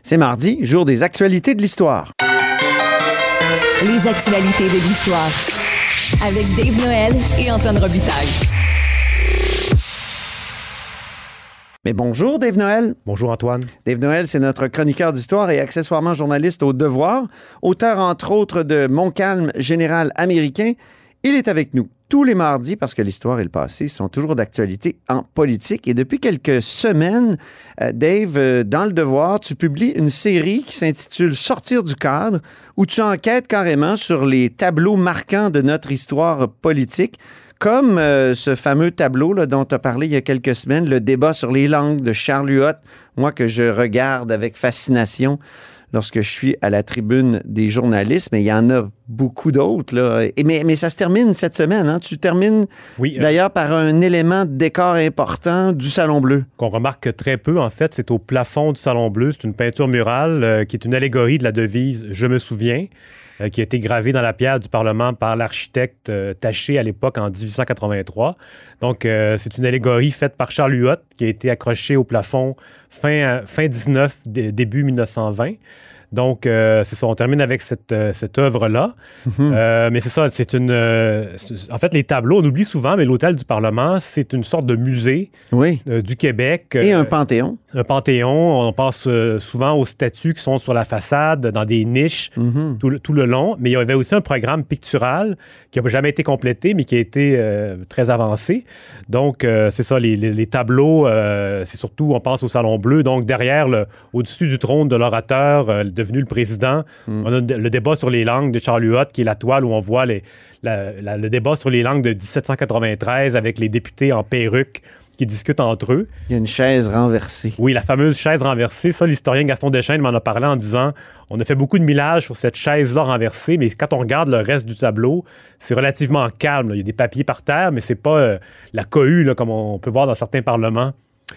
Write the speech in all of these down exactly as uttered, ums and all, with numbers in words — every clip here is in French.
C'est mardi, jour des actualités de l'histoire. Les actualités de l'histoire. Avec Dave Noël et Antoine Robitaille. Mais bonjour, Dave Noël. Bonjour, Antoine. Dave Noël, c'est notre chroniqueur d'histoire et accessoirement journaliste au Devoir, auteur entre autres de Montcalm, général américain. Il est avec nous tous les mardis parce que l'histoire et le passé sont toujours d'actualité en politique. Et depuis quelques semaines, euh, Dave, euh, dans le Devoir, tu publies une série qui s'intitule « Sortir du cadre » où tu enquêtes carrément sur les tableaux marquants de notre histoire politique. Comme euh, ce fameux tableau là, dont tu as parlé il y a quelques semaines, le débat sur les langues de Charles Huot, moi que je regarde avec fascination lorsque je suis à la tribune des journalistes, mais il y en a beaucoup d'autres. Là. Et, mais, mais ça se termine cette semaine. Hein? Tu termines oui, euh, d'ailleurs par un élément de décor important du Salon Bleu. Qu'on remarque très peu, en fait, c'est au plafond du Salon Bleu. C'est une peinture murale euh, qui est une allégorie de la devise « Je me souviens ». Euh, qui a été gravé dans la pierre du Parlement par l'architecte euh, Taché à l'époque en dix-huit cent quatre-vingt-trois. Donc, euh, c'est une allégorie faite par Charles Huot qui a été accrochée au plafond fin, fin dix-neuf, d- début dix-neuf cent vingt. Donc, euh, c'est ça, on termine avec cette, euh, cette œuvre-là. Mm-hmm. Euh, mais c'est ça, c'est une... Euh, c'est, en fait, les tableaux, on oublie souvent, mais l'Hôtel du Parlement, c'est une sorte de musée oui. euh, du Québec. Et euh, un panthéon. Un panthéon. On pense euh, souvent aux statues qui sont sur la façade, dans des niches, mm-hmm. tout, le, tout le long. Mais il y avait aussi un programme pictural qui n'a jamais été complété, mais qui a été euh, très avancé. Donc, euh, c'est ça, les, les, les tableaux, euh, c'est surtout, on pense au Salon Bleu. Donc, derrière, le, au-dessus du trône de l'orateur, euh, devenu le président, mm. on a le débat sur les langues de Charles Huot, qui est la toile où on voit les, la, la, le débat sur les langues de dix-sept cent quatre-vingt-treize avec les députés en perruque qui discutent entre eux. Il y a une chaise renversée. Oui, la fameuse chaise renversée. Ça, l'historien Gaston Deschênes m'en a parlé en disant on a fait beaucoup de millage sur cette chaise-là renversée, mais quand on regarde le reste du tableau, c'est relativement calme. Là. Il y a des papiers par terre, mais c'est pas euh, la cohue là, comme on peut voir dans certains parlements.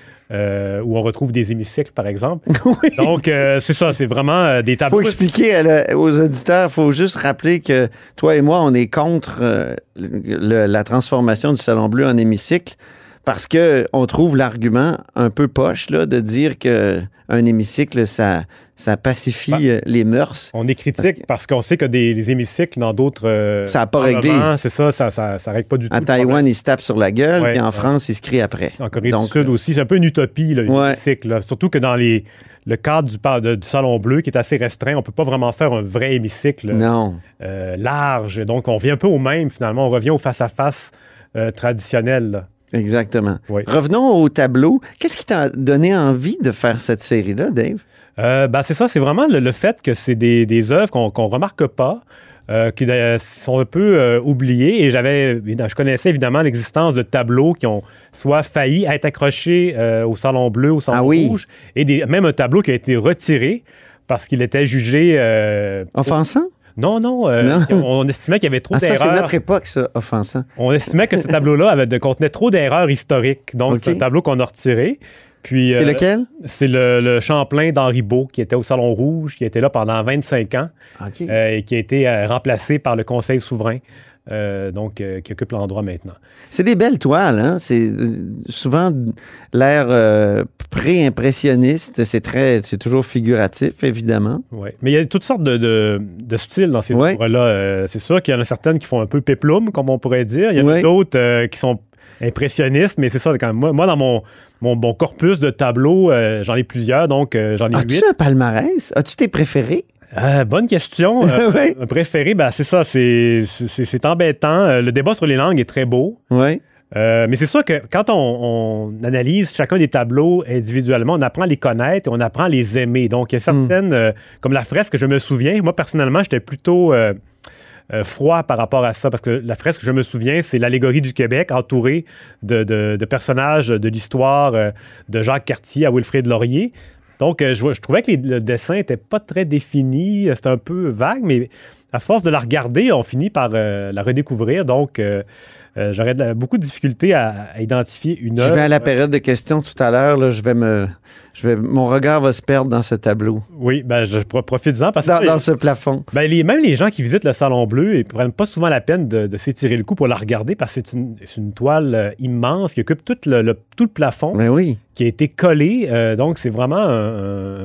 Euh, où on retrouve des hémicycles, par exemple. Oui. Donc, euh, c'est ça, c'est vraiment euh, des tableaux. Il faut expliquer à le, aux auditeurs, il faut juste rappeler que toi et moi, on est contre euh, le, la transformation du Salon Bleu en hémicycle parce qu'on trouve l'argument un peu poche là, de dire qu'un hémicycle, ça, ça pacifie ben, les mœurs. On est critique parce, parce qu'on sait que des, des hémicycles dans d'autres euh, ça n'a pas réglé. C'est ça, ça, ça, ça règle pas du tout. À Taïwan, ils se tapent sur la gueule, ouais, puis en ouais. France, ils se crient après. En Corée Donc, du Sud aussi, c'est un peu une utopie, là, ouais. l'hémicycle. Là. Surtout que dans les, le cadre du, de, du Salon Bleu, qui est assez restreint, on peut pas vraiment faire un vrai hémicycle non. Euh, large. Donc, on vient un peu au même, finalement. On revient au face-à-face euh, traditionnel, là. Exactement. Oui. Revenons au tableau. Qu'est-ce qui t'a donné envie de faire cette série-là, Dave? Euh, ben c'est ça, c'est vraiment le, le fait que c'est des, des œuvres qu'on qu'on remarque pas, euh, qui euh, sont un peu euh, oubliées. Et j'avais, je connaissais évidemment l'existence de tableaux qui ont soit failli être accrochés euh, au Salon Bleu, au Salon ah, oui. Rouge, et des, même un tableau qui a été retiré parce qu'il était jugé... Euh, offensant? Non, non, euh, non. On, on estimait qu'il y avait trop ah, d'erreurs. Ça, c'est notre époque, ça, offensant. On estimait que ce tableau-là avait, de, contenait trop d'erreurs historiques. Donc, okay. C'est un tableau qu'on a retiré. Puis, c'est euh, lequel? C'est le, le Champlain d'Henri Beau, qui était au Salon Rouge, qui était là pendant vingt-cinq ans, okay. euh, et qui a été euh, remplacé par le Conseil souverain, euh, donc euh, qui occupe l'endroit maintenant. C'est des belles toiles, hein? C'est souvent l'ère euh, pré-impressionniste. C'est très, c'est toujours figuratif, évidemment. Oui, mais il y a toutes sortes de, de, de styles dans ces ouais. œuvres-là. Euh, c'est sûr qu'il y en a certaines qui font un peu péplum, comme on pourrait dire. Il y en a ouais. d'autres euh, qui sont impressionnistes, mais c'est ça. Quand moi, moi, dans mon, mon, mon corpus de tableaux, euh, j'en ai plusieurs, donc euh, j'en ai As-tu huit. As-tu un palmarès? As-tu tes préférés? Euh, bonne question. Euh, oui. Un préféré, ben, c'est ça, c'est, c'est, c'est embêtant. Euh, le débat sur les langues est très beau. Oui. Euh, mais c'est sûr que quand on, on analyse chacun des tableaux individuellement, on apprend à les connaître et on apprend à les aimer. Donc, il y a certaines, mm. euh, comme la fresque que je me souviens, moi, personnellement, j'étais plutôt euh, euh, froid par rapport à ça, parce que la fresque que je me souviens, c'est l'allégorie du Québec entourée de, de, de personnages de l'histoire euh, de Jacques Cartier à Wilfrid Laurier. Donc, euh, je, je trouvais que les, le dessin n'était pas très défini, c'était un peu vague, mais à force de la regarder, on finit par euh, la redécouvrir. Donc, euh, euh, j'aurais de la, beaucoup de difficulté à, à identifier une œuvre. Je vais à la période de questions tout à l'heure. Là, je vais me, je vais, mon regard va se perdre dans ce tableau. Oui, ben, je profite-en. Parce dans, que, dans ce plafond. Ben, les, même les gens qui visitent le Salon Bleu, ils ne prennent pas souvent la peine de, de s'étirer le cou pour la regarder parce que c'est une, c'est une toile euh, immense qui occupe tout le, le, tout le plafond. Ben oui. Qui a été collé. Euh, donc, c'est vraiment un, un,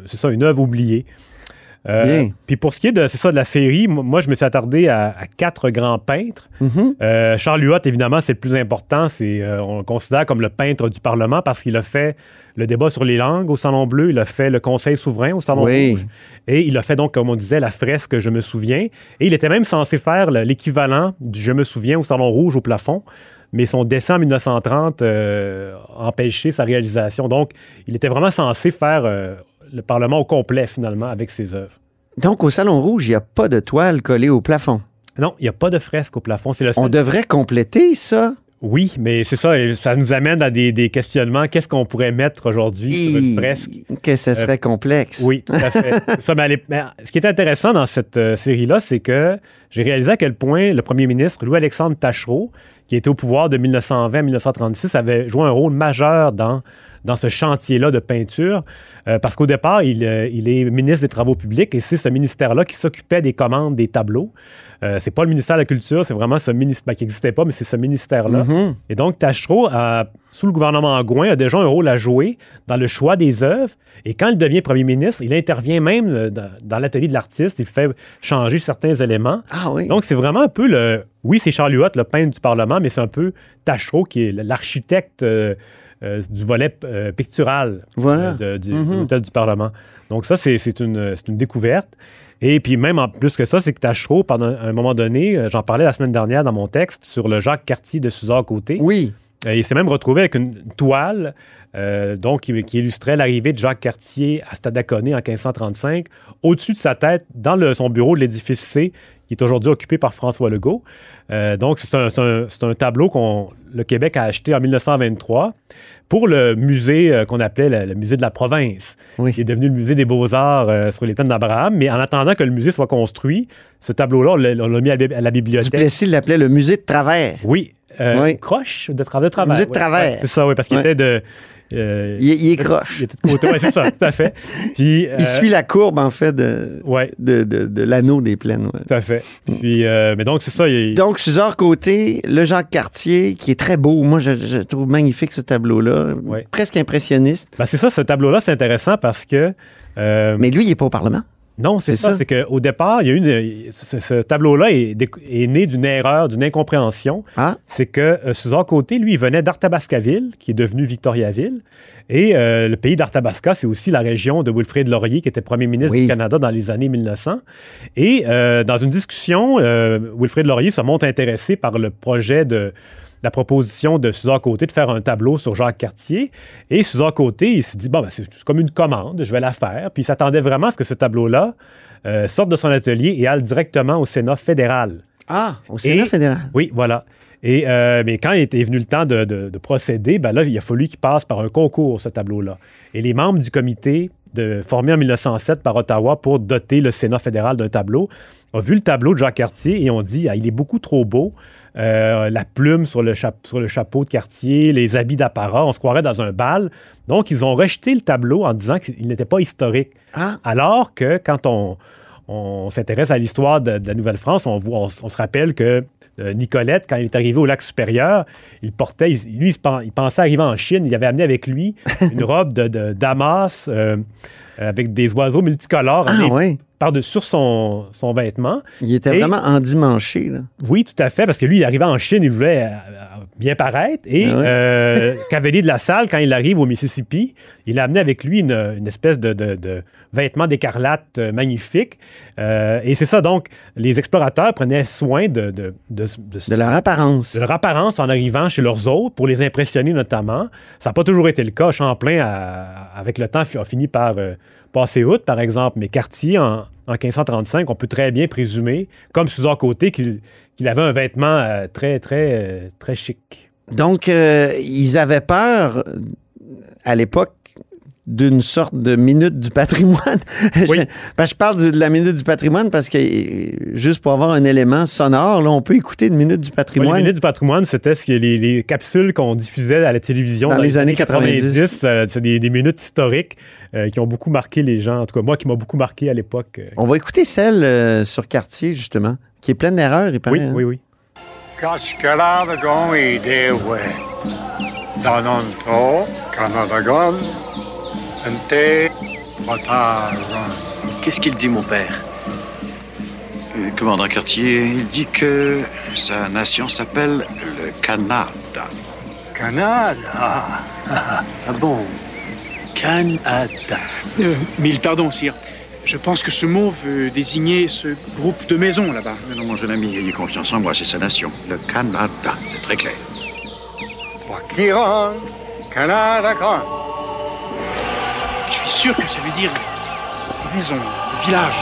c'est ça, une œuvre oubliée. Euh, puis pour ce qui est de, c'est ça, de la série, moi, je me suis attardé à, à quatre grands peintres. Mm-hmm. Euh, Charles Huot, évidemment, c'est le plus important. C'est, euh, on le considère comme le peintre du Parlement parce qu'il a fait le débat sur les langues au Salon Bleu, il a fait le Conseil souverain au Salon oui. Rouge, et il a fait donc, comme on disait, la fresque Je me souviens. Et il était même censé faire l'équivalent du Je me souviens au Salon Rouge au plafond. Mais son décès en dix-neuf cent trente euh, a empêché sa réalisation. Donc, il était vraiment censé faire euh, le Parlement au complet, finalement, avec ses œuvres. Donc, au Salon Rouge, il n'y a pas de toile collée au plafond? Non, il n'y a pas de fresque au plafond. C'est le seul... On devrait compléter ça? Oui, mais c'est ça. Ça nous amène à des, des questionnements. Qu'est-ce qu'on pourrait mettre aujourd'hui sur une fresque? Que ce serait euh, complexe. Oui, tout à fait. ça, mais, mais, ce qui est intéressant dans cette euh, série-là, c'est que j'ai réalisé à quel point le premier ministre, Louis-Alexandre Taschereau, qui était au pouvoir de dix-neuf cent vingt à dix-neuf cent trente-six, avait joué un rôle majeur dans, dans ce chantier-là de peinture, euh, parce qu'au départ, il, euh, il est ministre des Travaux publics, et c'est ce ministère-là qui s'occupait des commandes des tableaux. Euh, c'est pas le ministère de la Culture, c'est vraiment ce ministère ben, qui n'existait pas, mais c'est ce ministère-là. Mm-hmm. Et donc, Taschereau, a, sous le gouvernement Gouin, a déjà un rôle à jouer dans le choix des œuvres. Et quand il devient premier ministre, il intervient même dans, dans l'atelier de l'artiste. Il fait changer certains éléments. Ah oui. Donc, c'est vraiment un peu le... Oui, c'est Charles Huot, le peintre du Parlement, mais c'est un peu Taschereau qui est l'architecte euh, euh, du volet euh, pictural voilà. euh, de, du, mm-hmm. de l'hôtel du Parlement. Donc, ça, c'est, c'est, une, c'est une découverte. Et puis même en plus que ça, c'est que Taschereau, pendant un moment donné, j'en parlais la semaine dernière dans mon texte sur le Jacques Cartier de Suzor-Côté. Oui. Euh, il s'est même retrouvé avec une toile euh, donc, qui, qui illustrait l'arrivée de Jacques Cartier à Stadaconé en quinze cent trente-cinq, au-dessus de sa tête, dans le, son bureau de l'édifice C, qui est aujourd'hui occupé par François Legault. Euh, donc, c'est un, c'est, un, c'est un tableau que le Québec a acheté en dix-neuf cent vingt-trois pour le musée euh, qu'on appelait le, le musée de la province, oui. qui est devenu le musée des beaux-arts euh, sur les plaines d'Abraham. Mais en attendant que le musée soit construit, ce tableau-là, on l'a, on l'a mis à, à la bibliothèque. Duplessis l'appelait le musée de travers. Oui. Euh, oui. Croche de, tra- de travers. Musée de travers. Ouais, c'est ça, oui, parce qu'il ouais. était de... Euh, il, il est croche. Il était de côté, oui, c'est ça, tout à fait. Puis, euh, il suit la courbe, en fait, de, ouais. de, de, de l'anneau des plaines. Ouais. Tout à fait. Puis, euh, mais donc, c'est ça. Il... Donc, Suzor-Côté, le Jacques Cartier, qui est très beau. Moi, je, je trouve magnifique ce tableau-là. Ouais. Presque impressionniste. Ben, c'est ça, ce tableau-là, c'est intéressant parce que... Euh, mais lui, il n'est pas au Parlement. Non, c'est, c'est ça, ça. C'est qu'au départ, il y a une, ce, ce tableau-là est, est né d'une erreur, d'une incompréhension. Ah. C'est que euh, Suzor-Côté, lui, il venait d'Arthabascaville, qui est devenu Victoriaville. Et euh, le pays d'Arthabasca, c'est aussi la région de Wilfrid Laurier, qui était premier ministre oui. du Canada dans les années mille neuf cents. Et euh, dans une discussion, euh, Wilfrid Laurier se montre intéressé par le projet de... la proposition de Suzor-Côté de faire un tableau sur Jacques Cartier. Et Suzor-Côté, il s'est dit, bon, ben, c'est comme une commande, je vais la faire. Puis il s'attendait vraiment à ce que ce tableau-là euh, sorte de son atelier et aille directement au Sénat fédéral. Ah, au Sénat et, fédéral. Oui, voilà. Et, euh, mais quand il était venu le temps de, de, de procéder, ben là, il a fallu qu'il passe par un concours, ce tableau-là. Et les membres du comité de, formé en dix-neuf cent sept par Ottawa pour doter le Sénat fédéral d'un tableau ont vu le tableau de Jacques Cartier et ont dit, ah, il est beaucoup trop beau. Euh, la plume sur le, cha- sur le chapeau de Cartier, les habits d'apparat, on se croirait dans un bal. Donc, ils ont rejeté le tableau en disant qu'il n'était pas historique. Ah. Alors que quand on, on s'intéresse à l'histoire de, de la Nouvelle-France, on, voit, on, on se rappelle que euh, Nicolette, quand il est arrivé au lac supérieur, il portait, il, lui, il pensait arriver en Chine, il avait amené avec lui une robe de, de damas euh, avec des oiseaux multicolores. Ah, oui. Par-dessus sur son, son vêtement. Il était et, vraiment endimanché, là. Oui, tout à fait, parce que lui, il arrivait en Chine, il voulait euh, bien paraître. Et ah ouais. euh, Cavalier de la Salle, quand il arrive au Mississippi, il a amené avec lui une, une espèce de, de, de vêtement d'écarlate euh, magnifique. Euh, et c'est ça, donc, les explorateurs prenaient soin de... De, de, de, de leur apparence. De leur apparence en arrivant chez leurs hôtes, pour les impressionner notamment. Ça n'a pas toujours été le cas. Champlain, a, avec le temps, a fini par... Euh, passer outre, par exemple, mais Cartier, en, en quinze cent trente-cinq, on peut très bien présumer, comme Suzor-Côté, qu'il, qu'il avait un vêtement euh, très, très, euh, très chic. Donc, euh, ils avaient peur, à l'époque, d'une sorte de minute du patrimoine. Oui. je, ben, je parle de la minute du patrimoine parce que, juste pour avoir un élément sonore, là, on peut écouter une minute du patrimoine. Oui, la minute du patrimoine, c'était ce que les, les capsules qu'on diffusait à la télévision dans, dans les, les années quatre-vingt-dix. quatre-vingt-dix euh, c'est des, des minutes historiques euh, qui ont beaucoup marqué les gens. En tout cas, moi, qui m'a beaucoup marqué à l'époque. Euh. On va écouter celle euh, sur Cartier, justement, qui est pleine d'erreurs, il paraît. Oui, hein? oui, oui. Cascaragon et des ouais. Danonto, Canadagon. Ente Retard. Qu'est-ce qu'il dit, mon père? Le commandant Cartier, il dit que sa nation s'appelle le Canada. Canada. Ah bon? Canada. Euh, mille pardons, sire. Je pense que ce mot veut désigner ce groupe de maisons là-bas. Mais non, mon jeune ami, ayez confiance en moi, c'est sa nation. Le Canada, c'est très clair. Wakiran, Canada. Je suis sûr que ça veut dire les maisons, le village.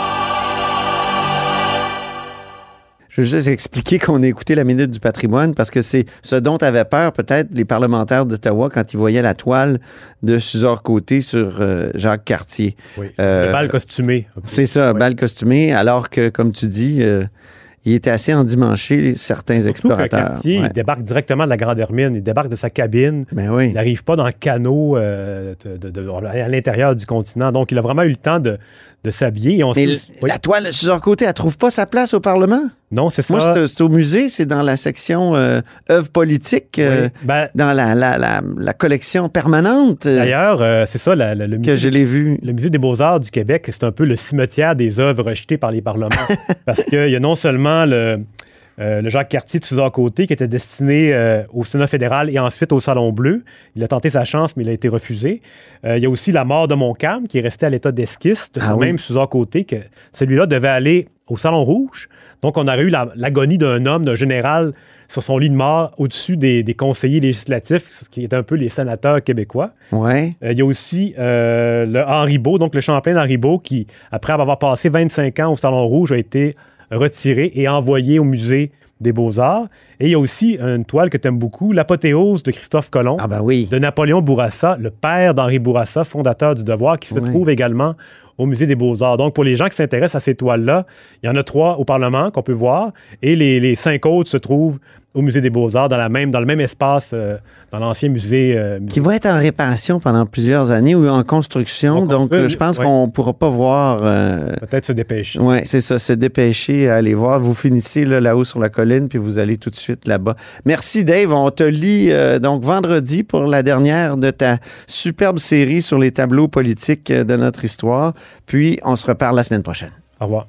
Je veux juste expliquer qu'on a écouté la Minute du patrimoine parce que c'est ce dont avaient peur peut-être les parlementaires d'Ottawa quand ils voyaient la toile de Suzor Côté sur euh, Jacques Cartier. Oui, Euh, le bal costumé. C'est ça, Oui. bal costumé, alors que, comme tu dis, euh, il était assez endimanché, certains Surtout explorateurs. que Cartier, Ouais. il débarque directement de la Grande Hermine, il débarque de sa cabine. Ben oui. Il n'arrive pas dans le canot euh, de- de- de- à l'intérieur du continent. Donc, il a vraiment eu le temps de, de s'habiller. Et on Mais sait- l- oui. la toile de Suzor Côté, elle trouve pas sa place au Parlement? Non, c'est ça. Moi, c'est, c'est au musée, c'est dans la section euh, œuvres politiques, euh, Oui. Ben, dans la, la, la, la collection permanente euh, d'ailleurs, euh, c'est ça, la- la- le, que musée, je l'ai vu. le musée des Beaux-Arts du Québec, c'est un peu le cimetière des œuvres rejetées par les parlements. Parce qu'il y a non seulement le, euh, le Jacques Cartier de Suzor Côté qui était destiné euh, au Sénat fédéral et ensuite au Salon Bleu. Il a tenté sa chance, mais il a été refusé. Euh, il y a aussi la mort de Montcalm qui est resté à l'état d'esquisse de Ah ce oui. même Suzor Côté, que celui-là devait aller au Salon Rouge. Donc, on aurait eu la- l'agonie d'un homme, d'un général sur son lit de mort au-dessus des, des conseillers législatifs, ce qui est un peu les sénateurs québécois. Ouais. Euh, il y a aussi euh, le Henri Beau, donc le Champlain d'Henri Beau, qui, après avoir passé vingt-cinq ans au Salon Rouge, a été retiré et envoyé au musée des Beaux-Arts. Et il y a aussi une toile que tu aimes beaucoup, l'apothéose de Christophe Colomb, Ah ben oui. de Napoléon Bourassa, le père d'Henri Bourassa, fondateur du Devoir, qui se Oui. trouve également au musée des Beaux-Arts. Donc, pour les gens qui s'intéressent à ces toiles-là, il y en a trois au Parlement qu'on peut voir, et les, les cinq autres se trouvent au musée des Beaux-Arts, dans, la même, dans le même espace, euh, dans l'ancien musée. euh, Qui va être en réparation pendant plusieurs années ou en construction. En donc, construction, euh, je pense ouais. qu'on ne pourra pas voir. euh, Peut-être se dépêcher. Oui, c'est ça, se dépêcher à aller voir. Vous finissez là, là-haut sur la colline, puis vous allez tout de suite là-bas. Merci, Dave. On te lit euh, donc vendredi pour la dernière de ta superbe série sur les tableaux politiques euh, de notre histoire. Puis, on se reparle la semaine prochaine. Au revoir.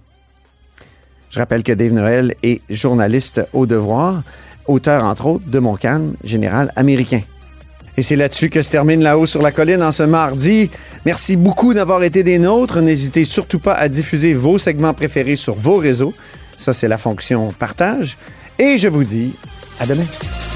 Je rappelle que Dave Noël est journaliste au Devoir, auteur, entre autres, de Montcalm, général américain. Et c'est là-dessus que se termine Là-haut sur la colline en ce mardi. Merci beaucoup d'avoir été des nôtres. N'hésitez surtout pas à diffuser vos segments préférés sur vos réseaux. Ça, c'est la fonction partage. Et je vous dis à demain.